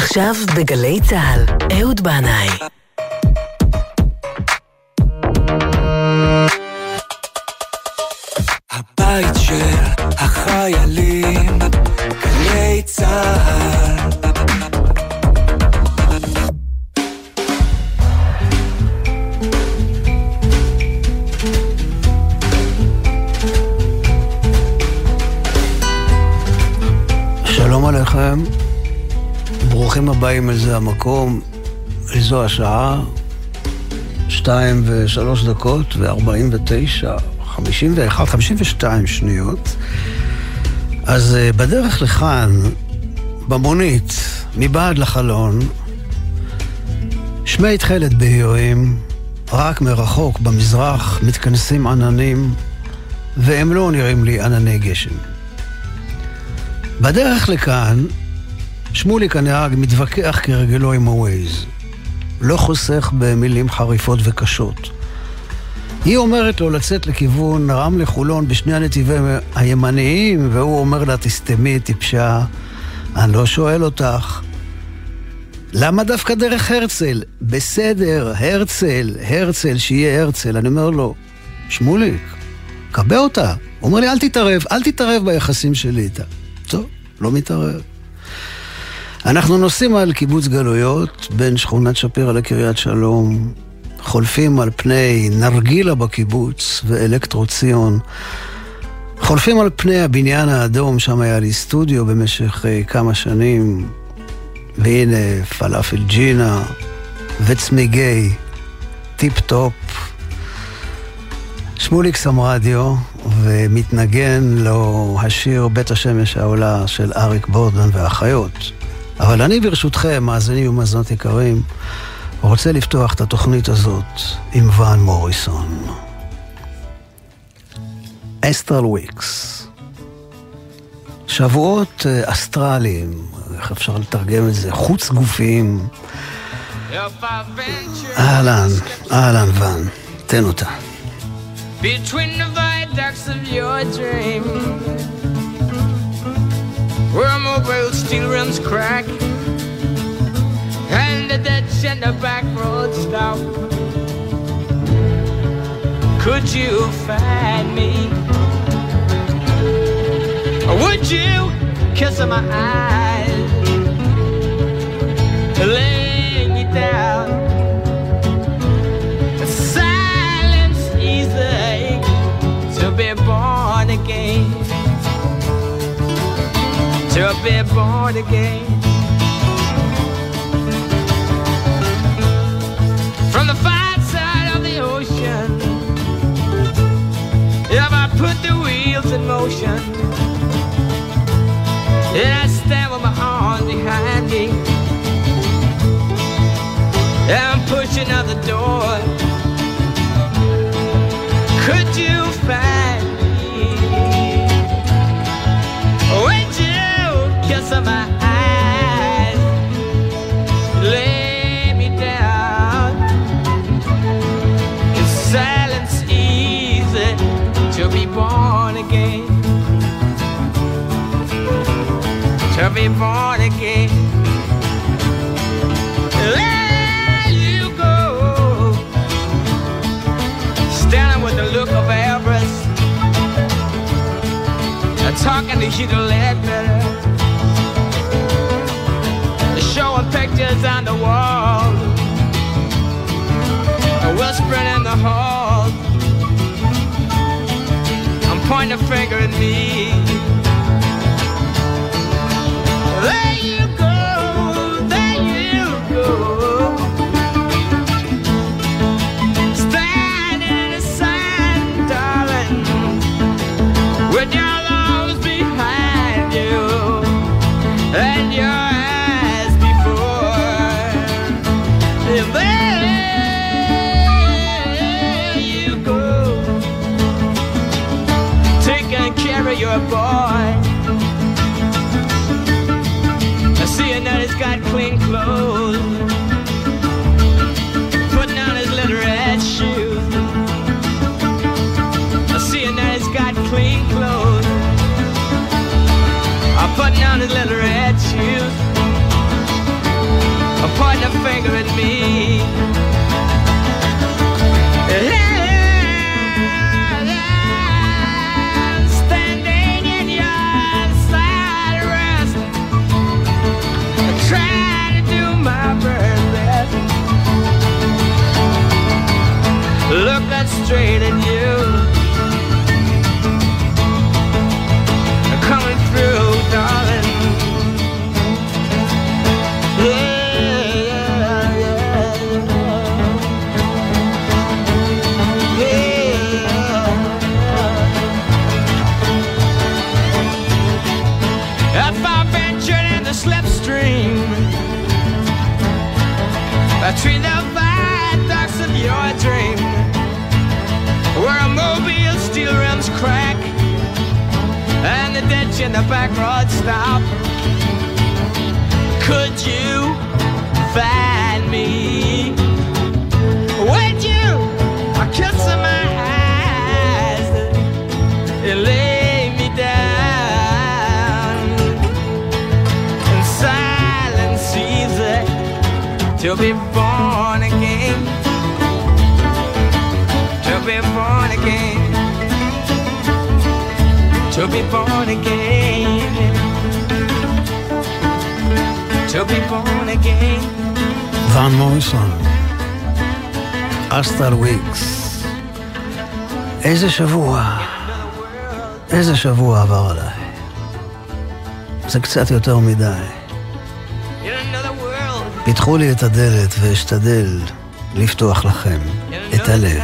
עכשיו בגלי צהל, אהוד בנאי. הבית של החיילים, גלי צהל. שלום עליכם, ברוכים הבאים אל זה המקום, איזו השעה, 2:03 ו-49, 51, 52 שניות. אז בדרך לכאן, במונית, מבעד לחלון, שמי תחילת בהירים, רק מרחוק במזרח מתכנסים עננים, והם לא נראים לי ענני גשם. בדרך לכאן, שמוליק הנהג מתווכח כרגלו עם הווייז. לא חוסך במילים חריפות וקשות. היא אומרת לו לצאת לכיוון רמלה חולון בשני הנתיבים הימניים, והוא אומר לה, תסתמי, טיפשה, אני לא שואל אותך. למה דווקא דרך הרצל? בסדר, הרצל, שיהיה הרצל. אני אומר לו, שמוליק, קבע אותה. הוא אומר לי, אל תתערב ביחסים שלי איתה. טוב, לא מתערב. אנחנו נוסעים על קיבוץ גלויות בין שכונת שפירא לקריית שלום, חולפים על פני נרגילה בקיבוץ ואלקטרו ציון, חולפים על פני הבניין האדום, שם היה לי סטודיו במשך כמה שנים, והנה פלאפל ג'ינה וצמיגי טיפ טופ. שמוליק שם רדיו ומתנגן לו השיר בית השמש העולה של אריק בורדמן והחיות. אבל אני ברשותכם, מאזינים ומאזינות יקרים, רוצה לפתוח את התוכנית הזאת עם ואן מוריסון. אסטרל וויקס. שבועות אסטרליים, איך אפשר לתרגם את זה? חוץ גופיים. אהלן ואן, תן אותה. Between the viaducts of your dream, where mobile steel rims crack and the ditch and the back road stop, could you find me? Or would you kiss my eyes, lay me down? Silence easy to be born again, to be born again. From the far side of the ocean, if I put the wheels in motion, and I stand with my arms behind me, and I'm pushing out the door, could you find me? Would you kiss my eyes, lay me down? In silence easy to be born again, to be born again. There you go, standing with the look of avarice, talking to you to let better, showing pictures on the wall, whispering in the hall. I'm pointing a finger at me. There you go, there you go, standing in the sun, darling, with your lungs behind you and your eyes before. And there you go, taking care of your boy. I see that he's got clean clothes, putting on his little red shoes. I see that he's got clean clothes, putting on his little red shoes. finger at me. Standing in your side rest, trying to do my very best. Look that straight at you, coming through, darling. Slipstream between the viaducts of your dream, where a mobile steel rims crack and the ditch in the back road stop. Could you find me? Would you kiss my eyes and lay me down? To be born again, to be born again, to be born again, to be born again. ון מוריסון, אסטל וויקס. איזה שבוע עבר עליי. זה קצת יותר מדי. פיתחו לי את הדלת ואשתדל לפתוח לכם את הלב.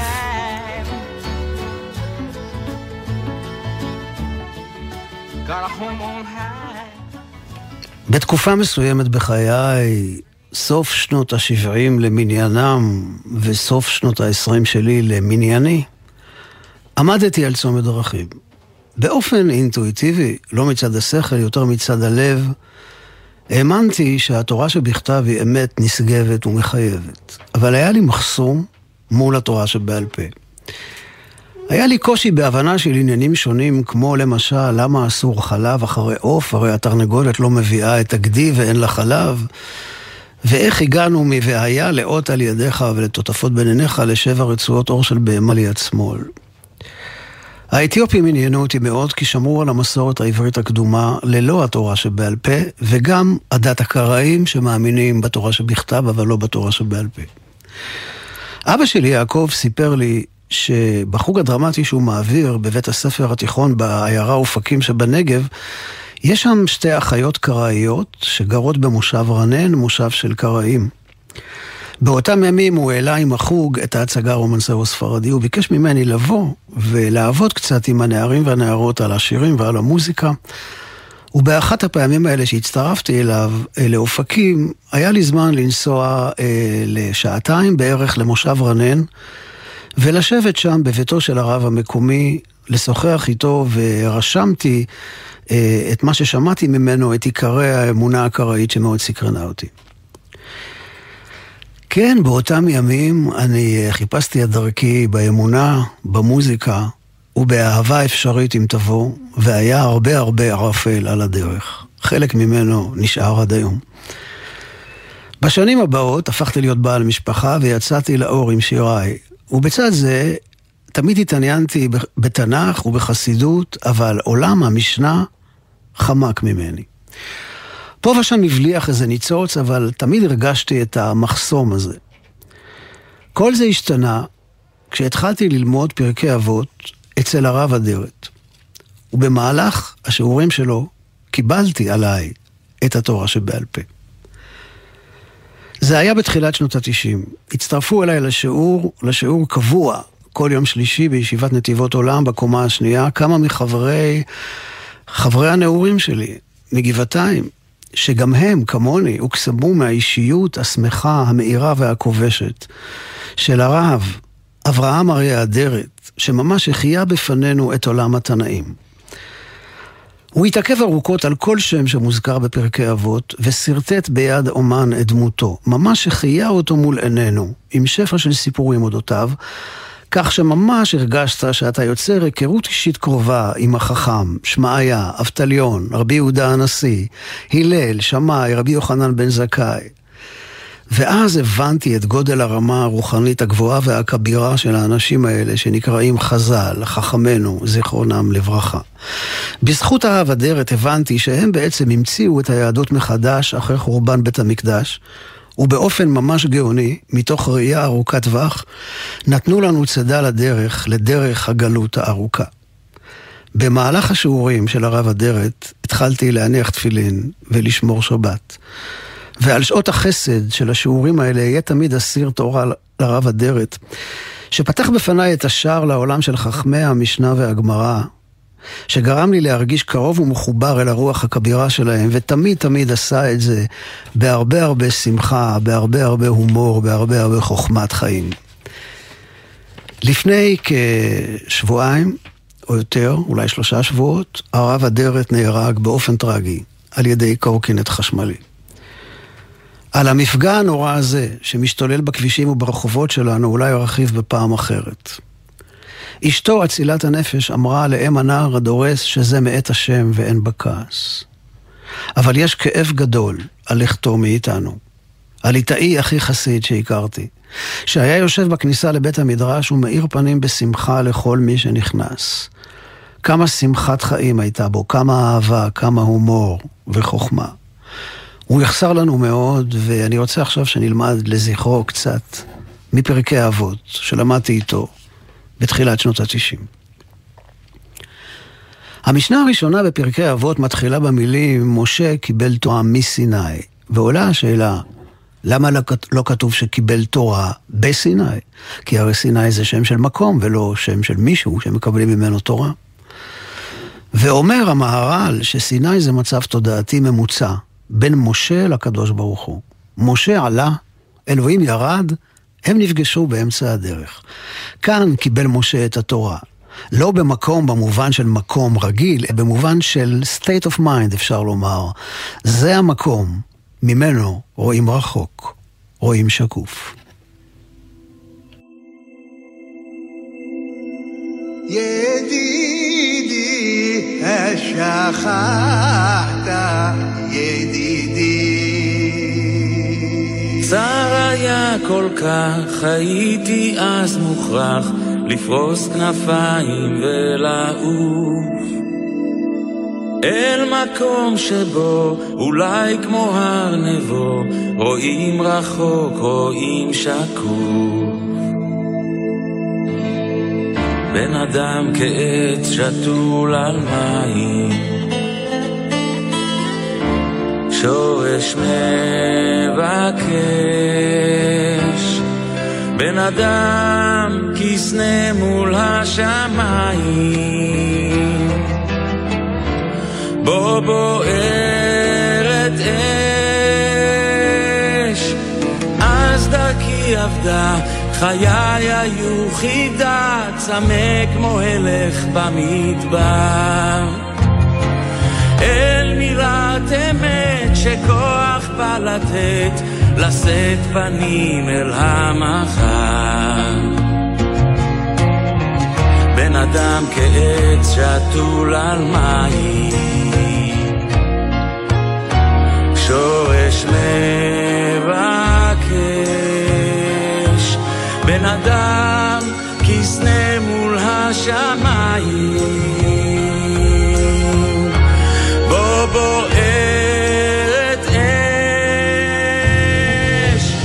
בתקופה מסוימת בחיי, סוף שנות ה-70 למניינם וסוף שנות ה-20 שלי למנייני, עמדתי על צומת דרכים. באופן אינטואיטיבי, לא מצד השכל, יותר מצד הלב, האמנתי שהתורה שבכתב היא אמת נשגבת ומחייבת, אבל היה לי מחסום מול התורה שבעל פה. היה לי קושי בהבנה של עניינים שונים, כמו למשל, למה אסור חלב אחרי עוף, הרי התרנגולת לא מביאה את הגדי ואין לה חלב, ואיך הגענו מבעיה לאות על ידיך ולתותפות בין עיניך לשבע רצועות אור של בהמה ליד שמאל. האתיופים עניינו אותי מאוד כי שמרו על המסורת העברית הקדומה ללא התורה שבעל פה, וגם הדת הקראים שמאמינים בתורה שבכתב אבל לא בתורה שבעל פה. אבא שלי יעקב סיפר לי שבחוג הדרמטי שהוא מעביר בבית הספר התיכון בעיירה אופקים שבנגב, יש שם שתי אחיות קראיות שגרות במושב רנן, מושב של קראים. באותם ימים הוא העלה עם החוג את ההצגה רומנסרו ספרדי, הוא ביקש ממני לבוא ולעבוד קצת עם הנערים והנערות על השירים ועל המוזיקה, ובאחת הפעמים האלה שהצטרפתי אליו לאופקים, היה לי זמן לנסוע לשעתיים בערך למושב רנן, ולשבת שם בביתו של הרב המקומי, לשוחח איתו, ורשמתי את מה ששמעתי ממנו, את עיקרי האמונה הקראית שמאוד סקרנה אותי. כן, באותם ימים אני חיפשתי את דרכי באמונה, במוזיקה, ובאהבה אפשרית אם תבוא, והיה הרבה ערפל על הדרך. חלק ממנו נשאר עד היום. בשנים הבאות הפכתי להיות בעל משפחה ויצאתי לאור עם שיריי, ובצד זה תמיד התעניינתי בתנ"ך ובחסידות, אבל עולם המשנה חמק ממני. פה ושם הבליח איזה ניצוץ, אבל תמיד הרגשתי את המחסום הזה. כל זה השתנה כשהתחלתי ללמוד פרקי אבות אצל הרב אדרת. ובמהלך השיעורים שלו קיבלתי עליי את התורה שבעל פה. זה היה בתחילת שנות ה-90. הצטרפו אליי לשיעור קבוע, כל יום שלישי בישיבת נתיבות עולם בקומה השנייה, כמה מחברי הנעורים שלי, מגבעתיים, שגם הם, כמוני, הוקסמו מהאישיות השמחה, המאירה והכובשת של הרב אברהם אריה אדרת, שממש החיה בפנינו את עולם התנאים. הוא התעכב ארוכות על כל שם שמוזכר בפרקי אבות, וסרטט ביד אומן את דמותו. ממש החיה אותו מול עינינו, עם שפע של סיפורים אודותיו, כך שממש הרגשת שאתה יוצר היכרות אישית קרובה עם החכם, שמעיה, אבטליון, רבי יהודה הנשיא, הלל, שמאי, רבי יוחנן בן זכאי. ואז הבנתי את גודל הרמה הרוחנית הגבוהה והכבירה של האנשים האלה שנקראים חז"ל, חכמינו, זיכרונם לברכה. בזכות אהב אדרת הבנתי שהם בעצם המציאו את היהדות מחדש אחרי חורבן בית המקדש, ובאופן ממש גאוני, מתוך ראייה ארוכת טווח, נתנו לנו צדה לדרך הגלות הארוכה. במהלך השיעורים של הרב אדרת התחלתי להניח תפילין ולשמור שבת. ועל שעות החסד של השיעורים האלה יהיה תמיד אסיר תורה לרב אדרת, שפתח בפניי את השער לעולם של חכמי המשנה והגמרא, שגרם לי להרגיש קרוב ומחובר אל הרוח הכבירה שלהם, ותמיד תמיד עשה את זה בהרבה הרבה שמחה, בהרבה הרבה הומור, בהרבה הרבה חוכמת חיים. לפני כשבועיים או יותר, אולי 3 שבועות, הרב אדרת נהרג באופן טרגי על ידי קורקינט חשמלי. על המפגע הנורא הזה שמשתולל בכבישים וברחובות שלנו אולי ארחיב בפעם אחרת. אשתו אצילת הנפש אמרה לאם הנער הדורס שזה מאת השם ואין בכעס. אבל יש כאב גדול על לכתו מאיתנו. הליטאי הכי חסיד שהכרתי, שהיה יושב בכניסה לבית המדרש ומאיר פנים בשמחה לכל מי שנכנס. כמה שמחת חיים הייתה בו, כמה אהבה, כמה הומור וחוכמה. הוא יחסר לנו מאוד, ואני רוצה עכשיו שנלמד לזכרו קצת מפרקי אבות שלמדתי איתו בתחילת שנות ה-90. המשנה הראשונה בפרקי אבות מתחילה במילים משה קיבל תורה מסיני, ועולה השאלה, למה לא כתוב שקיבל תורה בסיני? כי הרי סיני זה שם של מקום ולא שם של מישהו שמקבלים ממנו תורה. ואומר המהר"ל שסיני זה מצב תודעתי ממוצע בין משה לקדוש ברוך הוא. משה עלה, אלוהים ירד, הם נפגשו באמצע הדרך. כאן קיבל משה את התורה. לא במקום במובן של מקום רגיל, אלא במובן של state of mind אפשר לומר. זה המקום, ממנו רואים רחוק, רואים שקוף. ידידי, השכחת ידידי. צר היה כל כך, הייתי אז מוכרח לפרוס כנפיים ולעוף אל מקום שבו אולי כמו הר נבו רואים רחוק, רואים שקוף. בן אדם כעץ שתול על מים, שורש מבקש. בן אדם כסנה מול השמיים, בו בוערת אש. אז דרכי עבדה, חיי היו חידה, צמא כמו הלך במדבר. אל מירת אמת שכוח בא לתת, לשאת פנים אל המחר. בן אדם כעץ שתול על מים, שורש מבקש. בן אדם כסנה מול השמיים, בו בוערת אש.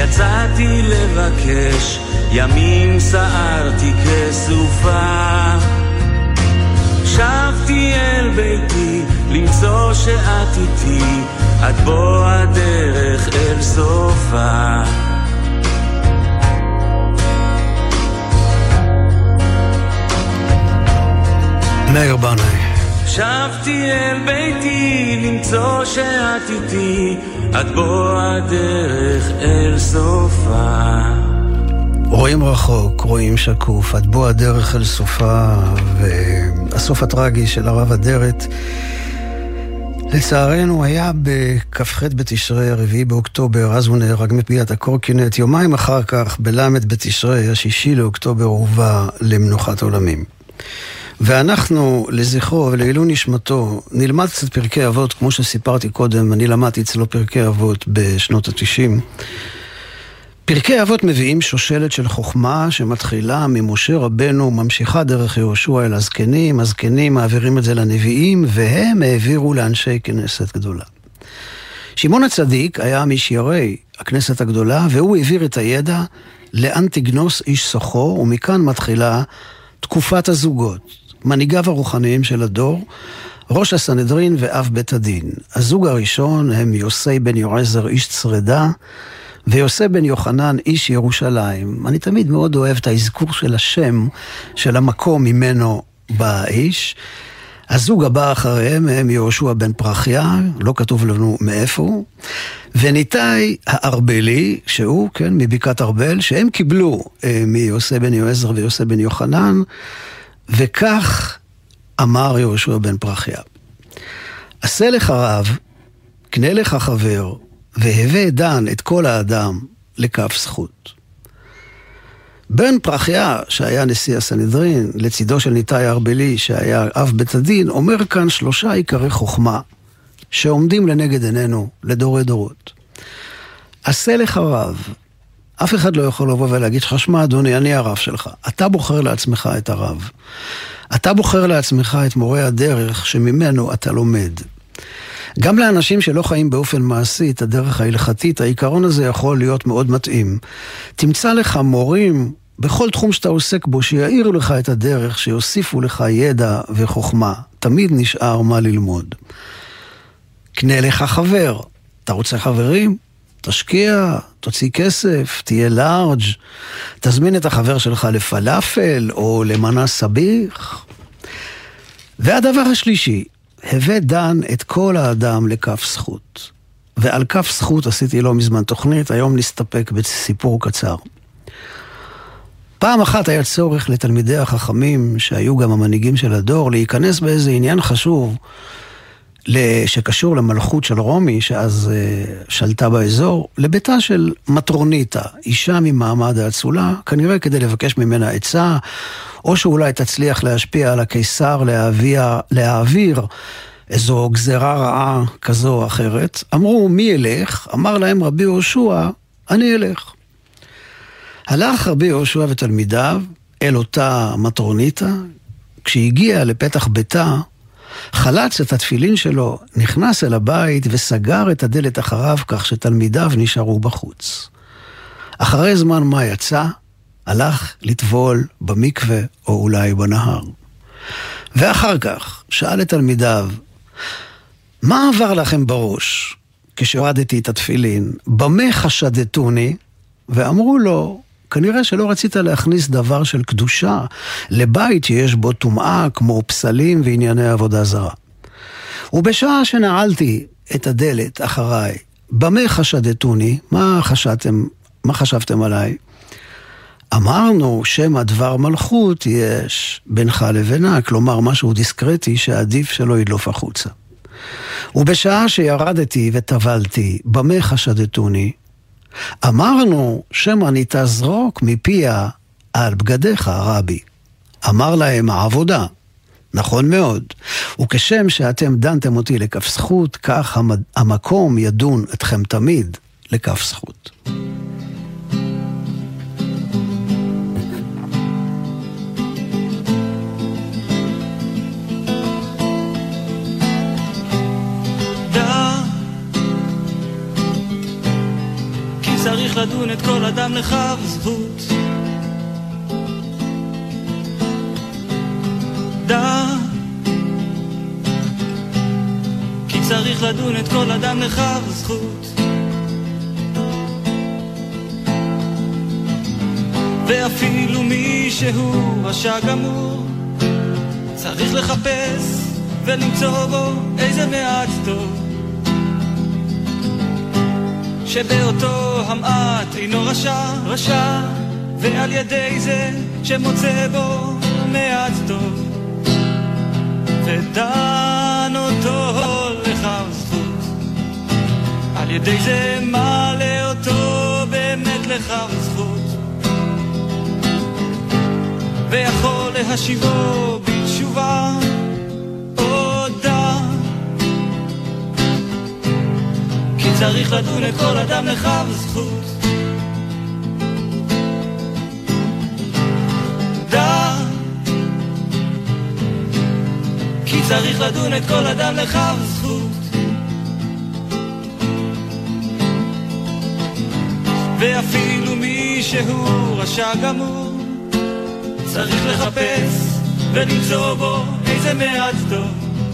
יצאתי לבקש, ימים סערתי כסופה. שבתי אל ביתי למצוא שאת איתי, עד בוא הדרך אל סופה. מאיר בנאי. שבתי אל ביתי למצוא שאת איתי, עד בוא הדרך אל סופה. רואים רחוק, רואים שקוף, עד בוא הדרך אל סופה. והסוף הטרגי של הרב אדרת לצערנו היה בכ"ח בתשרי, 4 באוקטובר, אז הוא נהרג מפגיעת הקורקינט. יומיים אחר כך, בל"ד בתשרי, 6 לאוקטובר, הובא למנוחת עולמים. ואנחנו לזכרו ולעילוי נשמתו נלמד קצת פרקי אבות, כמו שסיפרתי קודם. אני למדתי אצלו פרקי אבות בשנות ה-90. פרקי אבות מביאים שושלת של חוכמה שמתחילה ממשה רבנו, ממשיכה דרך יהושע אל הזקנים, הזקנים מעבירים את זה לנביאים, והם העבירו לאנשי כנסת גדולה. שמעון הצדיק היה משיירי הכנסת הגדולה, והוא העביר את הידע לאנטיגנוס איש סוחו, ומכאן מתחילה תקופת הזוגות, מנהיגיו הרוחניים של הדור, ראש הסנהדרין ואב בית הדין. הזוג הראשון הם יוסי בן יועזר איש צרדה, ויוסי בן יוחנן איש ירושלים. אני תמיד מאוד אוהב את האזכור של השם, של המקום ממנו בא האיש. הזוג הבא אחריהם הם יהושע בן פרחיה, לא כתוב לנו מאיפה, וניתאי הארבלי, שהוא, כן, מבקעת ארבל, שהם קיבלו מיוסי בן יועזר ויוסי בן יוחנן, וכך אמר יהושע בן פרחיה: עשה לך רב, קנה לך חבר, והווה דן את כל האדם לכף זכות. בן פרחיה, שהיה נשיא הסנהדרין, לצידו של ניתאי הארבלי, שהיה אב בית הדין, אומר כאן 3 עיקרי חוכמה שעומדים לנגד עינינו לדורי דורות. עשה לך רב. אף אחד לא יכול לבוא ולהגיד, חשמה אדוני, אני הרב שלך. אתה בוחר לעצמך את הרב. אתה בוחר לעצמך את מורה הדרך שממנו אתה לומד. גם לאנשים שלא חיים באופן מעשי את הדרך ההלכתית, העיקרון הזה יכול להיות מאוד מתאים. תמצא לך מורים בכל תחום שאתה עוסק בו, שיעירו לך את הדרך, שיוסיפו לך ידע וחוכמה. תמיד נשאר מה ללמוד. קנה לך חבר. אתה רוצה חברים? תשקיע, תוציא כסף, תהיה לארג', תזמין את החבר שלך לפלאפל או למנה סביח. והדבר השלישי, הווה דן את כל האדם לכף זכות. ועל כף זכות עשיתי לא מזמן תוכנית, היום נסתפק בסיפור קצר. פעם אחת היה צורך לתלמידי החכמים, שהיו גם המנהיגים של הדור, להיכנס באיזה עניין חשוב, שקשור למלכות של רומי, שאז שלטה באזור, לביתה של מטרוניטה, אישה ממעמד האצולה, כנראה כדי לבקש ממנה עצה, או שאולי תצליח להשפיע על הקיסר להעביר איזו גזרה רעה כזו או אחרת. אמרו, מי ילך? אמר להם רבי יהושע, אני אלך. הלך רבי יהושע ותלמידיו אל אותה מטרוניטה, כשהגיע לפתח ביתה, חלץ את התפילין שלו, נכנס אל הבית וסגר את הדלת אחריו, כך שתלמידיו נשארו בחוץ. אחרי זמן מה יצא? הלך לטבול במקווה או אולי בנהר. ואחר כך שאל את תלמידיו, מה עבר לכם בראש כשהורדתי את התפילין? במה חשדתוני? ואמרו לו, כנראה שלא רצית להכניס דבר של קדושה לבית שיש בו טומאה כמו פסלים וענייני עבודה זרה. ובשעה שנעלתי את הדלת אחריי, במה חשדתוני? מה חשבתם עליי? אמרנו שם הדבר מלכות יש בינך לבינה, כלומר משהו דיסקרטי שעדיף שלא ידלוף החוצה. ובשעה שירדתי וטבלתי, במה חשדתוני? אמרנו שמא אני תזרוק מפיה על בגדיך רבי. אמר להם העבודה, נכון מאוד, וכשם שאתם דנתם אותי לכף זכות, כך המקום ידון אתכם תמיד לכף זכות. צריך צריך לדון את כל אדם לכף זכות. דע כי צריך לדון את כל אדם לכף זכות. ואפילו מי שהוא רשע גמור צריך לחפש ולמצוא בו איזה מעט טוב, שבאותו המעט אינו רשע, ועל ידי זה שמוצא בו מעט טוב ודן אותו לכף זכות, על ידי זה מעלה אותו באמת לכף זכות, ויכול להשיבו בתשובה הודה. כי צריך לדון את כל אדם לכף זכות. דע כי צריך לדון את כל אדם לכף זכות. ואפילו מי שהוא רשע גמור צריך לחפש ולמצוא בו איזה מעט טוב,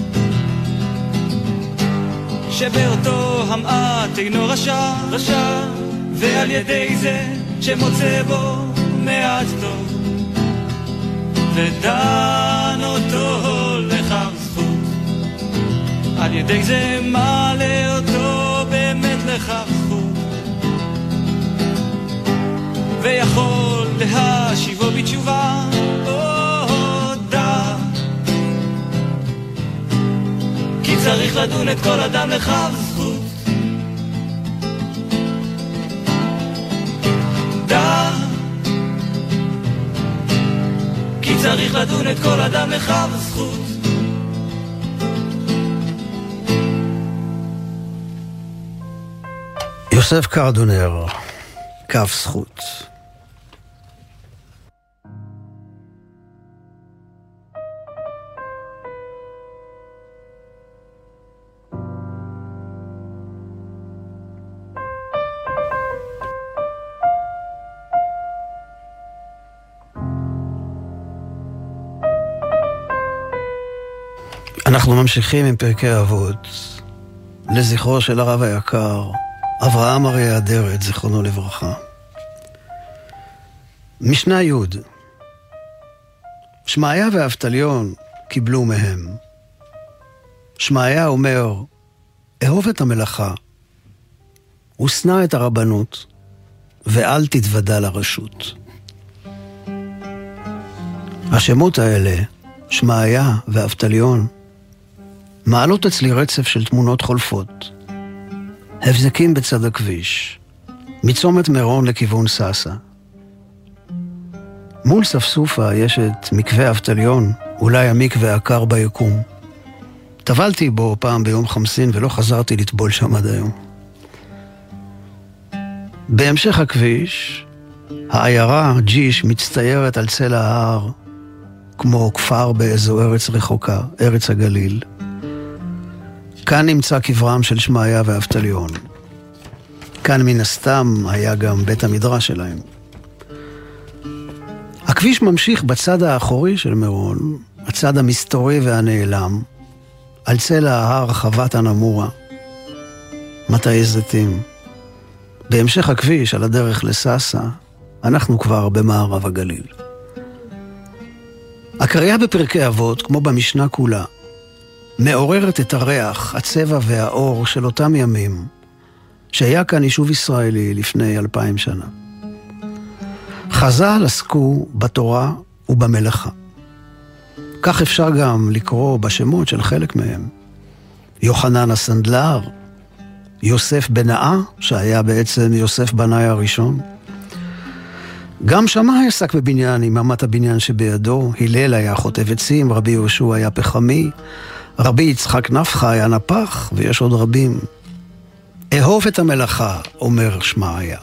שבאותו המעט אינו רשע, ועל ידי זה שמוצא בו מעט טוב ודן אותו לכף זכות, על ידי זה מעלה אותו באמת לכף זכות, ויכול להשיבו בתשובה הודה. כי צריך לדון את כל אדם לכף זכות. דע כי צריך לדון את כל אדם לכף זכות. יוסף קרדונר, כף זכות. אנחנו ממשיכים עם פרקי אבות לזכרו של הרב היקר אברהם אריה אדרת, זכרונו לברכה. משנה י' שמעיה ואבטליון קיבלו מהם. שמעיה אומר, אהוב את המלאכה ושנא את הרבנות ואל תתוודע לרשות. השמות האלה, שמעיה ואבטליון, מעלות אצלי רצף של תמונות חולפות. הבזקים בצד הכביש, מצומת מירון לכיוון ססה. מול ספסופה יש את מקווה אבטליון, אולי המקווה הקר ביקום. טבלתי בו פעם ביום חמסין ולא חזרתי לטבול שם עד היום. בהמשך הכביש, העיירה ג'יש מצטיירת על צל ההר, כמו כפר באיזו ארץ רחוקה, ארץ הגליל. כאן נמצא קברם של שמעיה ואבטליון. כאן מן הסתם היה גם בית המדרש שלהם. הכביש ממשיך בצד האחורי של מירון, הצד המסתורי והנעלם, על צל ההר חוות הנמורה, מטעי זיתים. בהמשך הכביש, על הדרך לססה, אנחנו כבר במערב הגליל. הקריאה בפרקי אבות, כמו במשנה כולה, מעוררת את הריח, הצבע והאור של אותם ימים, שהיה כאן יישוב ישראלי לפני 2000 שנה. חז"ל עסקו בתורה ובמלאכה. כך אפשר גם לקרוא בשמות של חלק מהם. יוחנן הסנדלר, יוסף בנאה, שהיה בעצם יוסף בנאי הראשון. גם שמאי עסק בבניין עם אמת הבניין שבידו. הלל היה חוטב עצים, רבי יהושע היה פחמי, רבי יצחק נפחא היה נפח, ויש עוד רבים. אהוב את המלאכה, אומר שמעיה.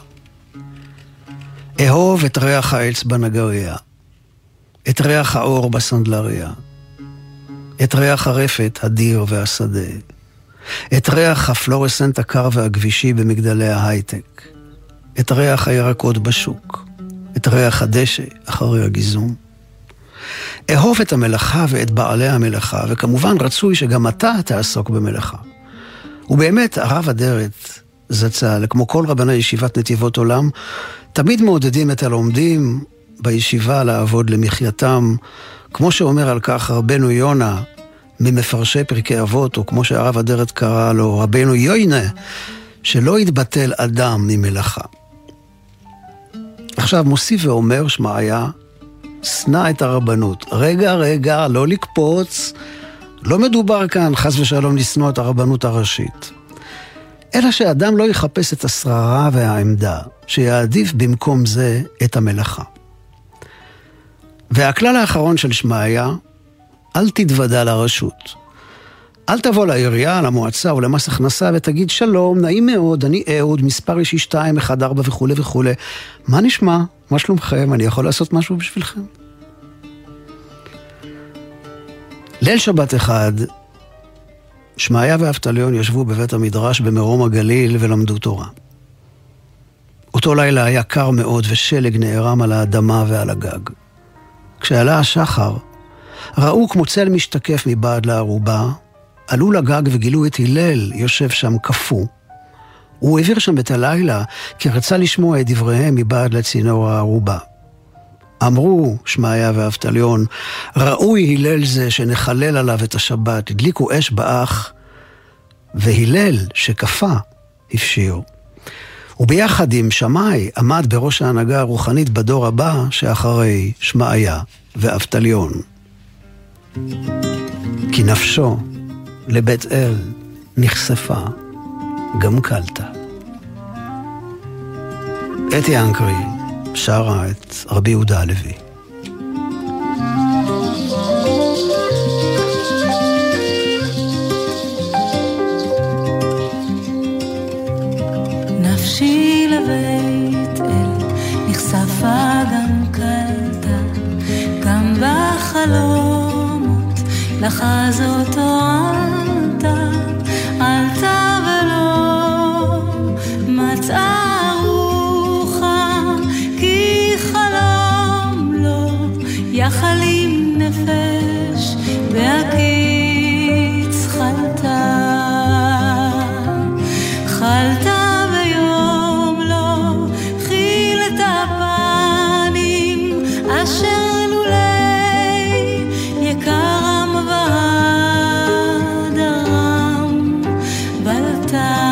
אהוב את ריח העץ בנגריה, את ריח האור בסנדלריה, את ריח הרפת, הדיר והשדה, את ריח הפלורסנט הקר והגבישי במגדלי ההייטק, את ריח הירקות בשוק, את ריח הדשא אחרי הגיזום. אהוב את המלאכה ואת בעלי המלאכה, וכמובן רצוי שגם אתה תעסוק במלאכה. ובאמת הרב אדרת זצ"ל, כמו כל רבני ישיבת נתיבות עולם, תמיד מעודדים את הלומדים בישיבה לעבוד למחייתם, כמו שאומר על כך רבנו יונה ממפרשי פרקי אבות, או כמו שהרב אדרת קרא לו רבנו יוינה, שלא יתבטל אדם ממלאכה. עכשיו מוסיף ואומר שמעיה, שנא את הרבנות. רגע, לא לקפוץ, לא מדובר כאן חס ושלום לשנוא את הרבנות הראשית. אלא שאדם לא יחפש את השררה והעמדה, שיעדיף במקום זה את המלאכה. והכלל האחרון של שמעיה, אל תתוודע לרשות. אל תבוא לעירייה, למועצה או למס הכנסה ותגיד שלום, נעים מאוד, אני אהוד, מספר אישי 214 וכו' וכו'. מה נשמע? מה שלומכם? אני יכול לעשות משהו בשבילכם? ליל שבת אחד, שמעיה ואבטליון ישבו בבית המדרש במרום הגליל ולמדו תורה. אותו לילה היה קר מאוד ושלג נערם על האדמה ועל הגג. כשעלה השחר, ראו כמו צל משתקף מבעד לערובה, עלו לגג וגילו את הלל יושב שם קפוא. הוא העביר שם את הלילה כי רצה לשמוע את דבריהם מבעד לצינור הערובה. אמרו שמעיה ואבטליון, ראוי הלל זה שנחלל עליו את השבת, הדליקו אש באח, והלל שקפה הפשיר. וביחד עם שמאי עמד בראש ההנהגה הרוחנית בדור הבא שאחרי שמעיה ואבטליון. כי נפשו לבית אל נחשפה גם קלטה. אתי אנקרי שרה את רבי יהודה הלוי. נפשי לבית אל נחשפה גם קלטה, גם בחלומות לחזות עלתה ולא מצאה רוחה, כי חלום לא יחלים נפש בהקיץ חלתה ביום לא חיל את הפנים אשר לולי יקרם והדרם בלתה.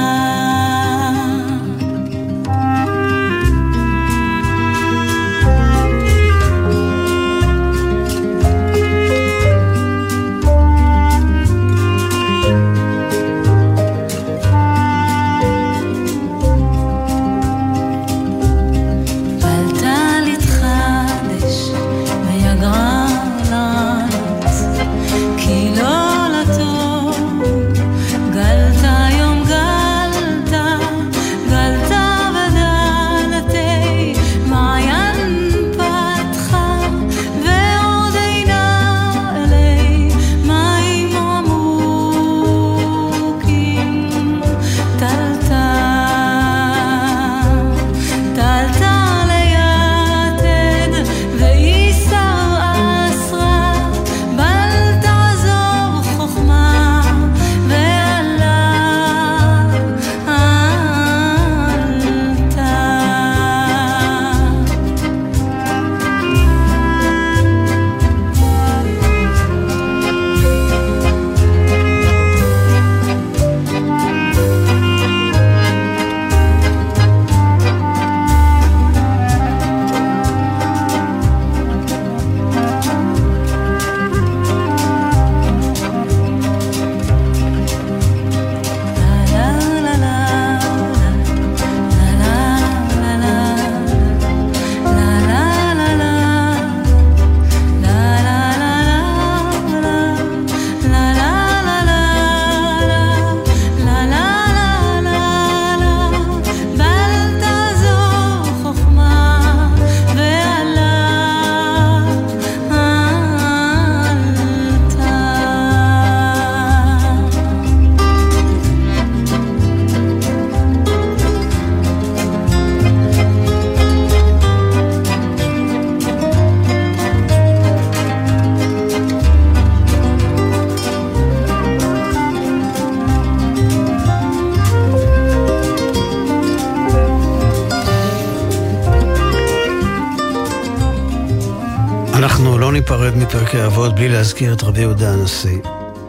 אנחנו לא ניפרד מפרקי אבות בלי להזכיר את רבי יהודה הנשיא,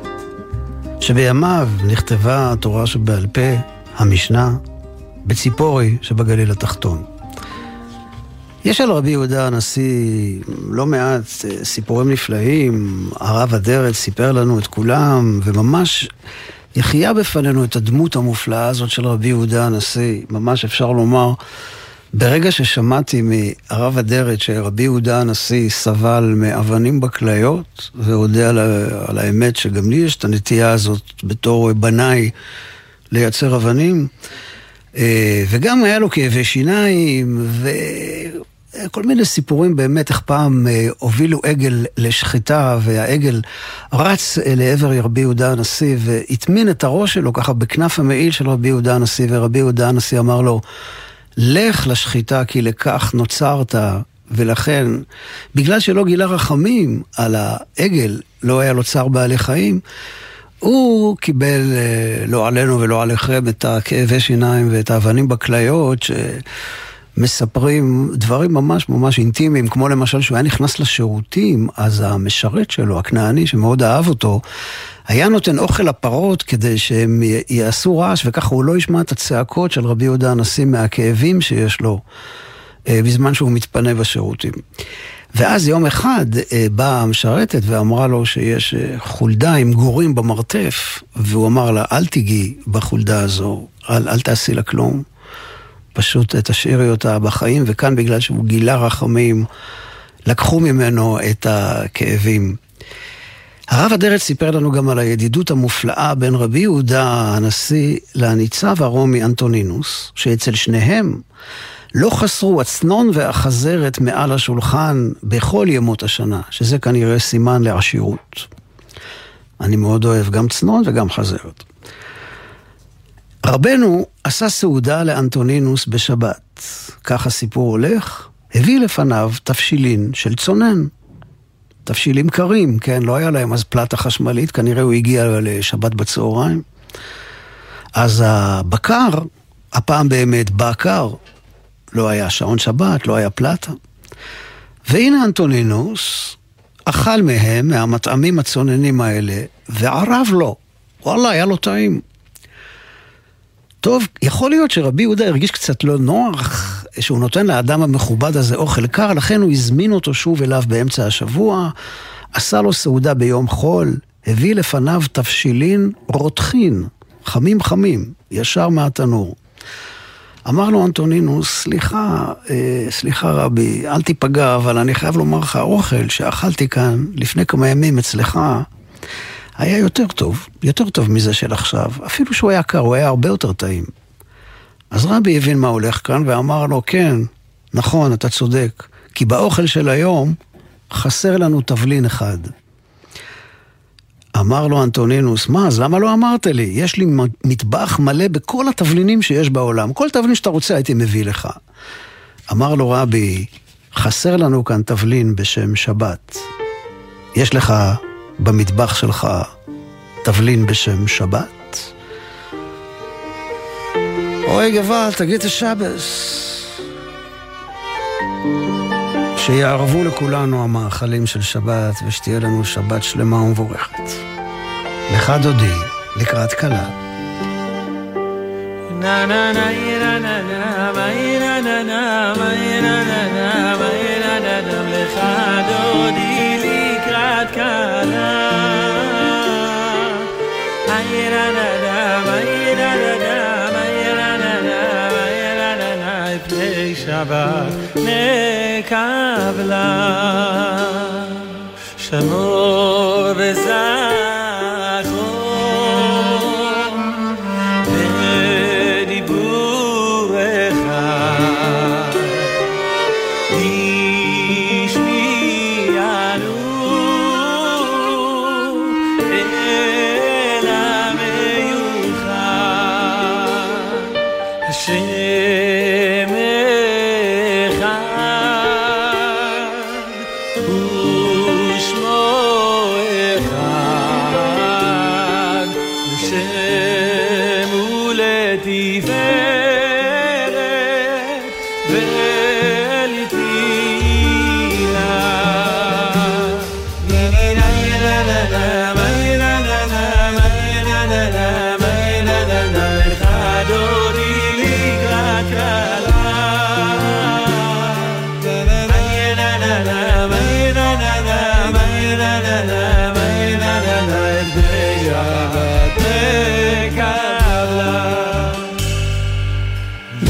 שבימיו נכתבה התורה שבעל פה, המשנה, בציפורי שבגליל התחתון. יש על רבי יהודה הנשיא לא מעט סיפורים נפלאים. הרב אדרת סיפר לנו את כולם, וממש יחיה בפנינו את הדמות המופלאה הזאת של רבי יהודה הנשיא. ממש אפשר לומר, ברגע ששמעתי מהרב אדרת שרבי יהודה הנשיא סבל מאבנים בכליות, והודה על האמת שגם לי יש את הנטייה הזאת בתור בניי לייצר אבנים, וגם היה לו כאבי שיניים, וכל מיני סיפורים באמת איך פעם הובילו עגל לשחיטה, והעגל רץ לעבר רבי יהודה הנשיא, והטמין את הראש שלו ככה בכנף המעיל של רבי יהודה הנשיא, ורבי יהודה הנשיא אמר לו, לך לשחיטה כי לכך נוצרת, ולכן, בגלל שלא גילה רחמים על העגל, לא היה לו צער בעלי חיים, הוא קיבל לא עלינו ולא עליכם את הכאבי שיניים ואת האבנים בכליות שמספרים דברים ממש ממש אינטימיים, כמו למשל שהוא היה נכנס לשירותים, אז המשרת שלו, הכנעני שמאוד אהב אותו, היה נותן אוכל לפרות כדי שהם יעשו רעש, וככה הוא לא ישמע את הצעקות של רבי יהודה הנשיא מהכאבים שיש לו בזמן שהוא מתפנה בשירותים. ואז יום אחד באה המשרתת ואמרה לו שיש חולדה עם גורים במרתף, והוא אמר לה, אל תיגעי בחולדה הזו, אל תעשי לה כלום, פשוט תשאירי אותה בחיים, וכאן בגלל שהוא גילה רחמים, לקחו ממנו את הכאבים. הרב אדרת סיפר לנו גם על הידידות המופלאה בין רבי יהודה הנשיא לניצב הרומי אנטונינוס, שאצל שניהם לא חסרו הצנון והחזרת מעל השולחן בכל ימות השנה, שזה כנראה סימן לעשירות. אני מאוד אוהב גם צנון וגם חזרת. רבנו עשה סעודה לאנטונינוס בשבת. כך הסיפור הולך, הביא לפניו תפשילין של צונן. תפשילים קרים, כן, לא היה להם אז פלטה חשמלית, כנראה הוא הגיע לשבת בצהריים. אז הבקר, הפעם באמת בקר, לא היה שעון שבת, לא היה פלטה. והנה אנטונינוס אכל מהם, מהמטעמים הצוננים האלה, וערב לו. וואלה, היה לו טעים. טוב, יכול להיות שרבי יהודה הרגיש קצת לא נוח, שהוא נותן לאדם המכובד הזה אוכל קר, לכן הוא הזמין אותו שוב אליו באמצע השבוע, עשה לו סעודה ביום חול, הביא לפניו תפשילין רותחין, חמים חמים, ישר מהתנור. אמר לו אנטונינוס, סליחה רבי, אל תיפגע, אבל אני חייב לומר לך, האוכל שאכלתי כאן לפני כמה ימים אצלך, היה יותר טוב מזה של עכשיו. אפילו שהוא היה קר, הוא היה הרבה יותר טעים. אז רבי הבין מה הולך כאן ואמר לו, כן, נכון, אתה צודק, כי באוכל של היום חסר לנו תבלין אחד. אמר לו אנטונינוס, מה, אז למה לא אמרת לי? יש לי מטבח מלא בכל התבלינים שיש בעולם. כל תבלין שאתה רוצה הייתי מביא לך. אמר לו רבי, חסר לנו כאן תבלין בשם שבת. יש לך במטבח שלך תבלין בשם שבת? אוי גבל, תגיד את השבס. שיערבו לכולנו המאכלים של שבת, ושתהיה לנו שבת שלמה ומבורכת. לך דודי, לקראת קלה. na na na na na na na na na na לך דודי לקראת קלה. שבת נקבלה שמור וזכור בדיבור אחד תשמיענו אל המיוחד השם ולתפילה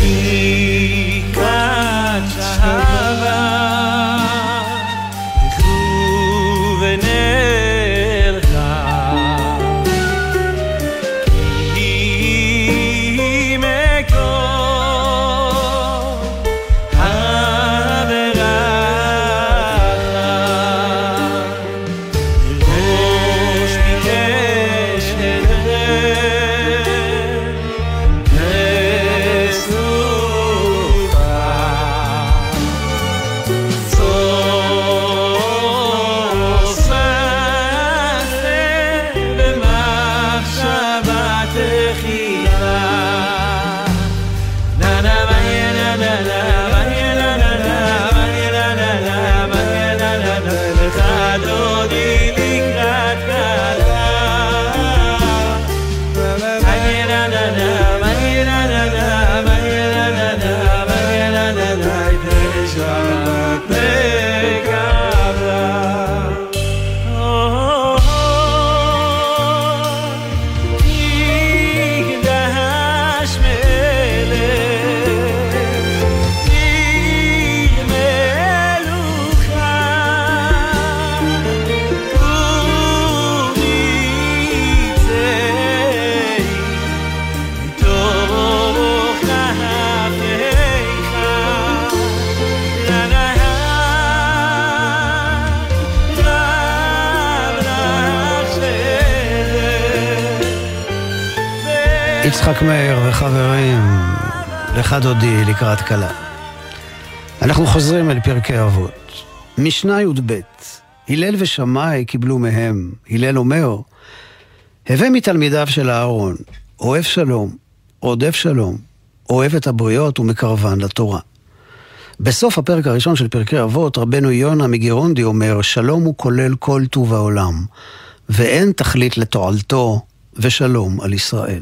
יצחק מאיר וחברים, לך דודי לקראת קלה. אנחנו חוזרים אל פרקי אבות. משנה י"ב, הלל ושמאי קיבלו מהם. הלל אומר, הווה מתלמידיו של אהרון, אוהב שלום, רודף שלום, אוהב את הבריות ומקרבן לתורה. בסוף הפרק הראשון של פרקי אבות, רבנו יונה מגירונדי אומר, שלום הוא כולל כל טוב העולם, ואין תכלית לתועלתו ושלום על ישראל.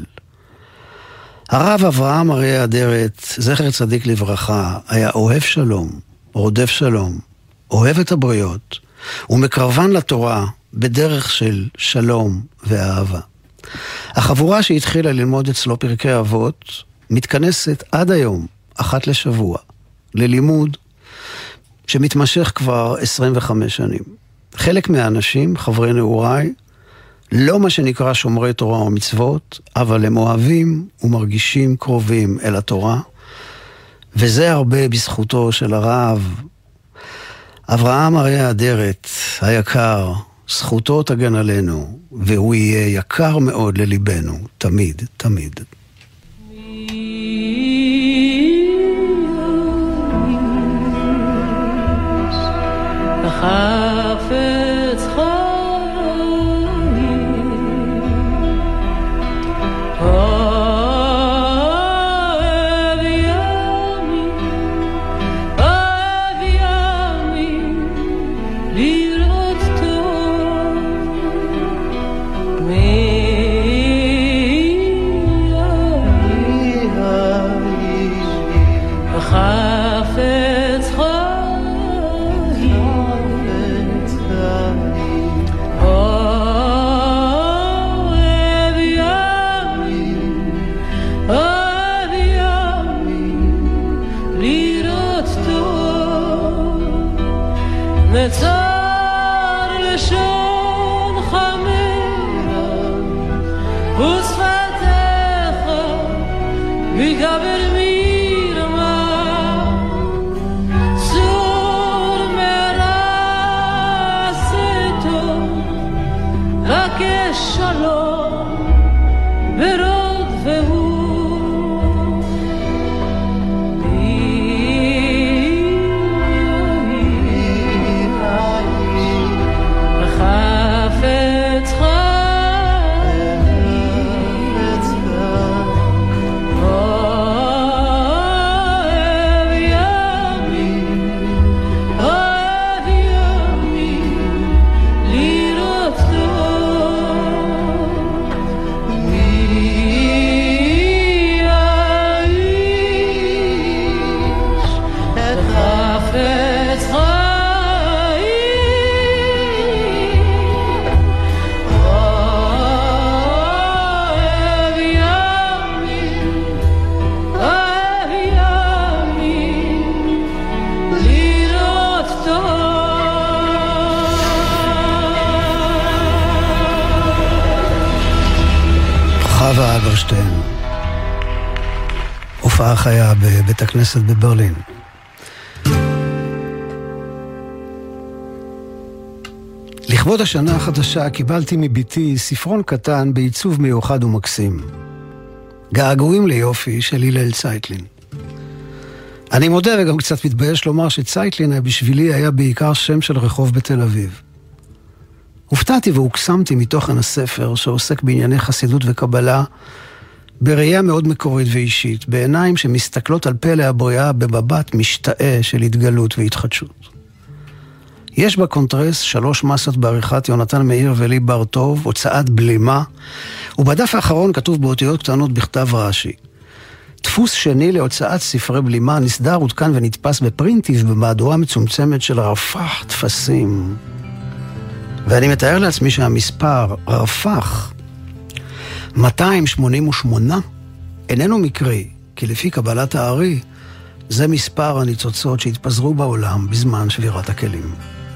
הרב אברהם אריה אדרת, זכר צדיק לברכה, היה אוהב שלום, רודף שלום, אוהב את הבריות, ומקרבן לתורה בדרך של שלום ואהבה. החבורה שהתחילה ללמוד אצלו פרקי אבות, מתכנסת עד היום, אחת לשבוע, ללימוד שמתמשך כבר 25 שנים. חלק מהאנשים, חברי נעוריי, לא מה שנקרא שומרי תורה ומצוות, אבל הם אוהבים ומרגישים קרובים אל התורה, וזה הרבה בזכותו של הרב אברהם אריה אדרת היקר, זכותו תגן עלינו, והוא יהיה יקר מאוד לליבנו, תמיד, תמיד. חפץ שלושתיהן. הופעה חיה בבית הכנסת בברלין. לכבוד השנה החדשה קיבלתי מביתי ספרון קטן בעיצוב מיוחד ומקסים. געגועים ליופי של הלל צייטלין. אני מודה וגם קצת מתבייש לומר שצייטלין בשבילי היה בעיקר שם של רחוב בתל אביב. הופתעתי והוקסמתי מתוכן הספר שעוסק בענייני חסידות וקבלה, בראייה מאוד מקורית ואישית, בעיניים שמסתכלות על פלא הבריאה במבט משתאה של התגלות והתחדשות. יש בקונטרס 3 מסות בעריכת יונתן מאיר ולי בר טוב, הוצאת בלימה, ובדף האחרון כתוב באותיות קטנות בכתב רש"י. דפוס שני להוצאת ספרי בלימה נסדר, עודכן ונתפס בפרינטיב במהדורה מצומצמת של רפ"ח תפסים. ואני מתאר לעצמי שהמספר רפ"ח 288 איננו מקרי, כי לפי קבלת הארי זה מספר הניצוצות שהתפזרו בעולם בזמן שבירת הכלים.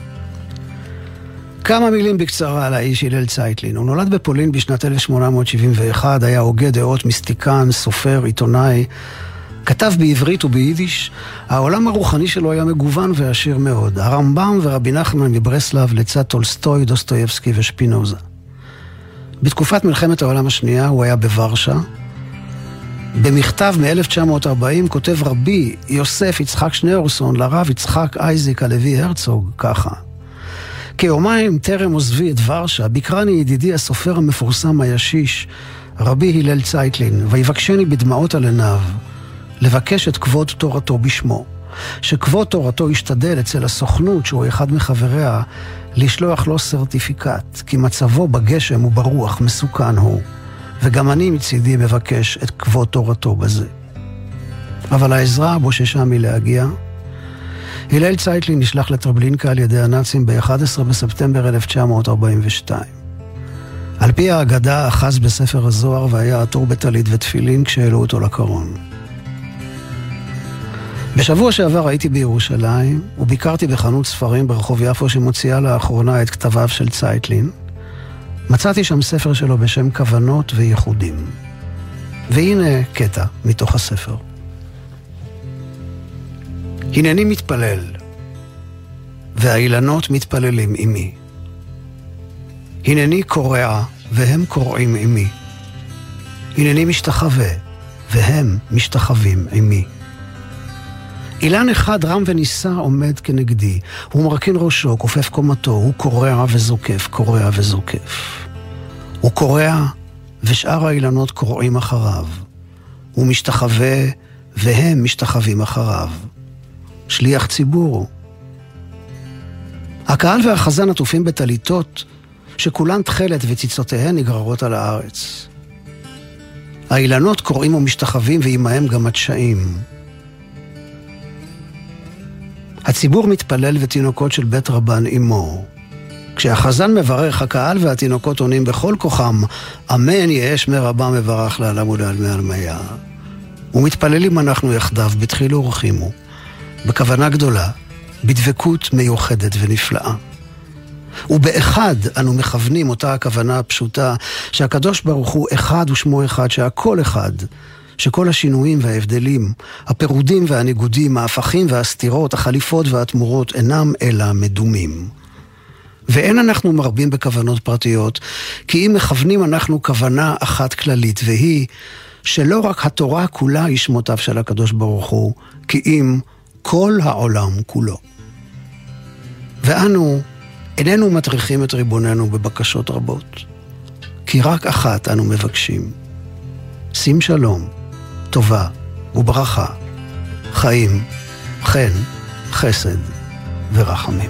כמה מילים בקצרה על האיש הלל צייטלין. הוא נולד בפולין בשנת 1871, היה הוגה דעות, מיסטיקן, סופר, עיתונאי, כתב בעברית וביידיש. העולם הרוחני שלו היה מגוון ועשיר מאוד. הרמב"ם ורבי נחמן מברסלב לצד טולסטוי, דוסטויבסקי ושפינוזה. בתקופת מלחמת העולם השנייה הוא היה בוורשה. במכתב מ-1940 כותב רבי יוסף יצחק שניאורסון לרב יצחק אייזיק הלוי הרצוג ככה: כיומיים טרם עוזבי את ורשה, ביקרני ידידי הסופר המפורסם הישיש, רבי הלל צייטלין, ויבקשני בדמעות על עיניו, לבקש את כבוד תורתו בשמו. שכבוד תורתו ישתדל אצל הסוכנות, שהוא אחד מחבריה, לשלוח לו סרטיפיקט, כי מצבו בגשם וברוח מסוכן הוא, וגם אני מצידי מבקש את כבוד תורתו בזה. אבל העזרה בוששה מלהגיע. הלל צייטלין נשלח לטרבלינקה על ידי הנאצים ב-11 בספטמבר 1942. על פי האגדה אחז בספר הזוהר והיה עטור בטלית ותפילין כשהעלו אותו לקרון. בשבוע שעבר הייתי בירושלים וביקרתי בחנות ספרים ברחוב יפו שמוציאה לאחרונה את כתביו של צייטלין. מצאתי שם ספר שלו בשם כוונות וייחודים. והנה קטע מתוך הספר. הנני מתפלל, והאילנות מתפללים עמי. הנני קורע, והם קורעים עמי. הנני משתחווה, והם משתחווים עמי. אילן אחד רם ונישא עומד כנגדי, הוא מרכין ראשו, כופף קומתו, הוא קורע וזוקף, קורע וזוקף. הוא קורע, ושאר האילנות קורעים אחריו. הוא משתחווה, והם משתחווים אחריו. שליח ציבור. הקהל והחזן עטופים בטליתות שכולן תחלת וציצותיהן נגררות על הארץ. האילנות קוראים ומשתחווים ועימהם גם התשעים. הציבור מתפלל ותינוקות של בית רבן עמו. כשהחזן מברך, הקהל והתינוקות עונים בכל כוחם, אמן יהא שמי רבה מברך לעלם ולעלמי עלמיה. ומתפללים אנחנו יחדיו בתחילו ורחימו. בכוונה גדולה, בדבקות מיוחדת ונפלאה. ובאחד אנו מכוונים אותה הכוונה הפשוטה, שהקדוש ברוך הוא אחד ושמו אחד, שהכל אחד, שכל השינויים וההבדלים, הפירודים והניגודים, ההפכים והסתירות, החליפות והתמורות אינם אלא מדומים. ואין אנחנו מרבים בכוונות פרטיות, כי אם מכוונים אנחנו כוונה אחת כללית, והיא שלא רק התורה כולה היא שמותיו של הקדוש ברוך הוא, כי אם כל העולם כולו. ואנו איננו מטריחים את ריבוננו בבקשות רבות, כי רק אחת אנו מבקשים. שים שלום, טובה וברכה, חיים, חן, חסד ורחמים.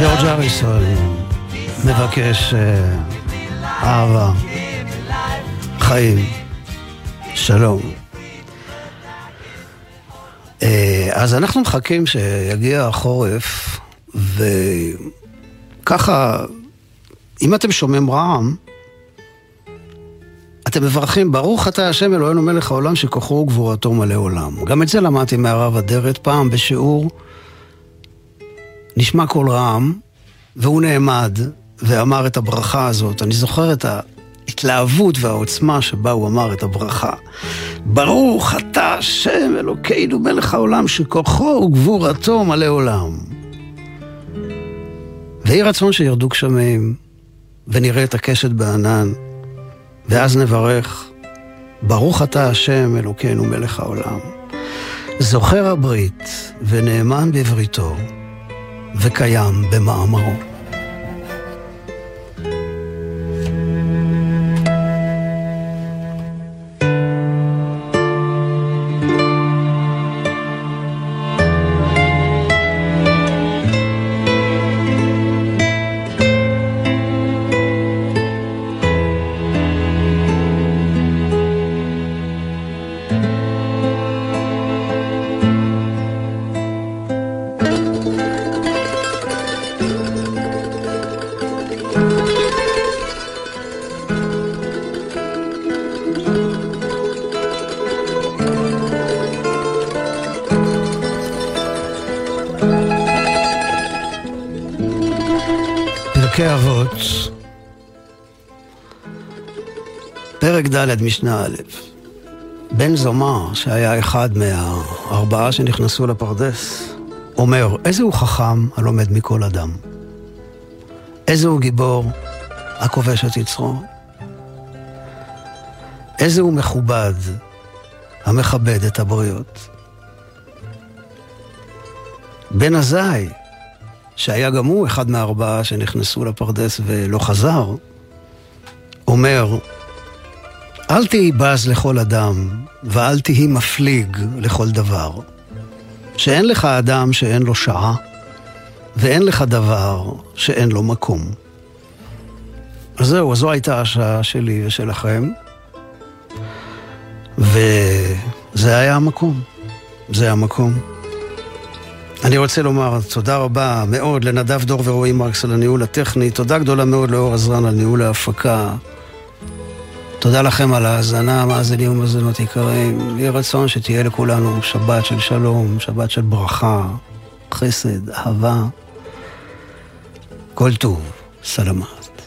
ג'ורג' הריסון מבקש אהבה, חיים, שלום. אז אנחנו מחכים שיגיע החורף, וככה, אם אתם שומעים רעם, אתם מברכים, ברוך אתה השם אלוהינו מלך העולם שכוחו וגבורתו מלא עולם. גם את זה למדתי מהרב אדרת פעם בשיעור, נשמע כל רעם, והוא נעמד ואמר את הברכה הזאת. אני זוכר את ההתלהבות והעוצמה שבה הוא אמר את הברכה. ברוך אתה השם אלוקינו מלך העולם שכוחו וגבורתו מלא עולם. ויהי רצון שירדו גשמים ונראה את הקשת בענן, ואז נברך ברוך אתה השם אלוקינו מלך העולם, זוכר הברית ונאמן בבריתו וקיים במאמרו. פרקי אבות, פרק ד' משנה א'. בן זומא, שהיה אחד מהארבעה שנכנסו לפרדס, אומר, איזה הוא חכם הלומד מכל אדם, איזה הוא גיבור הכובש את יצרו, איזה הוא מכובד המכבד את הבריות. בן עזאי, שהיה גם הוא אחד מהארבעה שנכנסו לפרדס ולא חזר, אומר, אל תהי בז לכל אדם, ואל תהי מפליג לכל דבר. שאין לך אדם שאין לו שעה, ואין לך דבר שאין לו מקום. אז זהו, זו הייתה השעה שלי ושלכם, וזה היה המקום. זה המקום. אני רוצה לומר תודה רבה מאוד לנדב דור ורועי מרקס על הניהול הטכני, תודה גדולה מאוד לאור עזרן על ניהול ההפקה, תודה לכם על ההאזנה, מאזינים ומאזינות יקרים. יהיה רצון שתהיה לכולנו שבת של שלום, שבת של ברכה, חסד, אהבה, כל טוב, סלמת.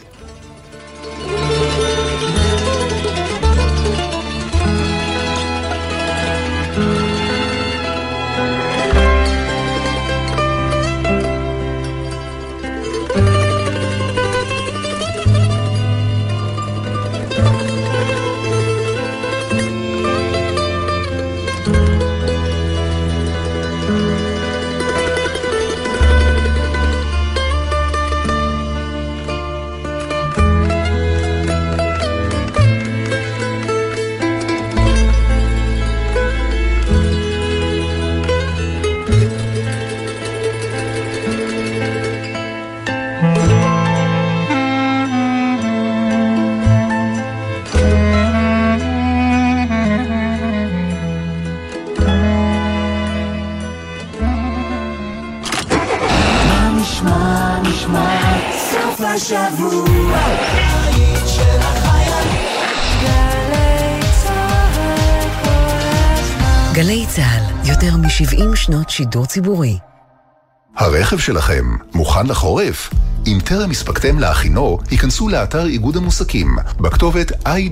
גלי צהל, יותר מ-70 שנות שידור ציבורי. הרכב שלכם מוכן לחורף? אם טרם הספקתם להכינו, היכנסו לאתר איגוד המוסקים בכתובת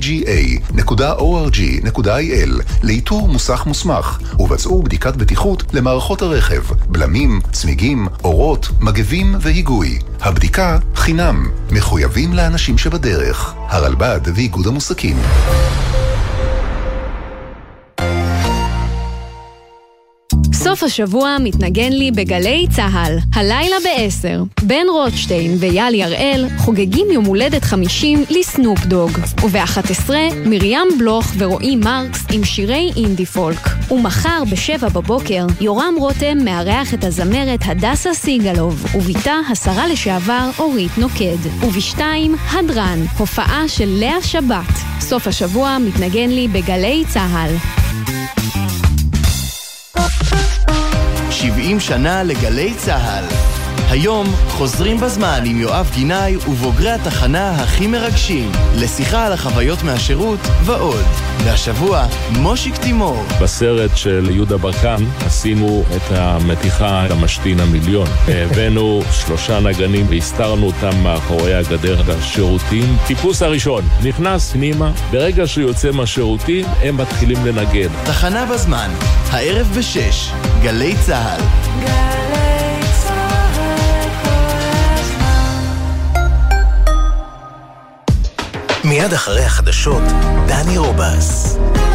iga.org.il לאיתור מוסך מוסמך, ובצעו בדיקת בטיחות למערכות הרכב, בלמים, צמיגים, אורות, מגבים והיגוי. הבדיקה חינם, מחויבים לאנשים שבדרך. הרלב"ד ואיגוד המוסקים. סוף השבוע מתנגן לי בגלי צהל. הלילה ב-10, בן רוטשטיין ויאל יראל חוגגים יום הולדת 50 לסנופ דוג. וב-11, מרים בלוך ורועי מרקס עם שירי אינדי פולק. ומחר ב-7 בבוקר, יורם רותם מארח את הזמרת הדסה סיגלוב, וביתה השרה לשעבר אורית נוקד. וב-2, הדרן, הופעה של לאה שבת. סוף השבוע מתנגן לי בגלי צהל. 70 שנה לגלי צהל. היום חוזרים בזמן עם יואב גינאי ובוגרי התחנה הכי מרגשים לשיחה על החוויות מהשירות ועוד. והשבוע מושיק תימור. בסרט של יהודה ברקן עשינו את המתיחה המשתין המיליון. הבאנו 3 נגנים והסתרנו אותם מאחורי הגדר השירותים. טיפוס הראשון נכנס פנימה, ברגע שהוא יוצא מהשירותים הם מתחילים לנגן. תחנה בזמן, הערב ב-6, גלי צהל. מיד אחרי החדשות, דני רובס.